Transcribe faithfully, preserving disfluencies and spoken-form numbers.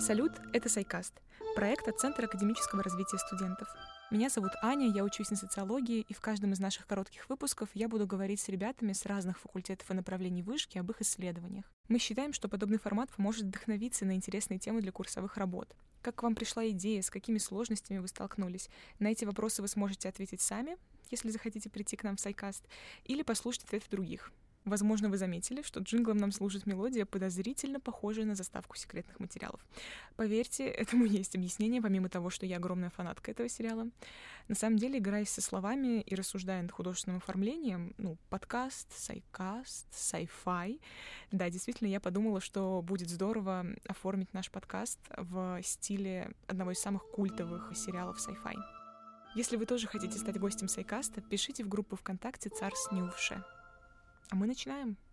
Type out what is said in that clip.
Салют, это Сайкаст, проект от Центра академического развития студентов. Меня зовут Аня, я учусь на социологии, и в каждом из наших коротких выпусков я буду говорить с ребятами с разных факультетов и направлений вышки об их исследованиях. Мы считаем, что подобный формат поможет вдохновиться на интересные темы для курсовых работ. Как к вам пришла идея, с какими сложностями вы столкнулись? На эти вопросы вы сможете ответить сами, если захотите прийти к нам в Сайкаст, или послушать ответы других. Возможно, вы заметили, что джинглом нам служит мелодия, подозрительно похожая на заставку секретных материалов. Поверьте, этому есть объяснение, помимо того, что я огромная фанатка этого сериала. На самом деле, играясь со словами и рассуждая над художественным оформлением, ну, подкаст, сайкаст, sci-fi, да, действительно, я подумала, что будет здорово оформить наш подкаст в стиле одного из самых культовых сериалов sci-fi. Если вы тоже хотите стать гостем Сайкаста, пишите в группу ВКонтакте «Царс Нювше». А мы начинаем.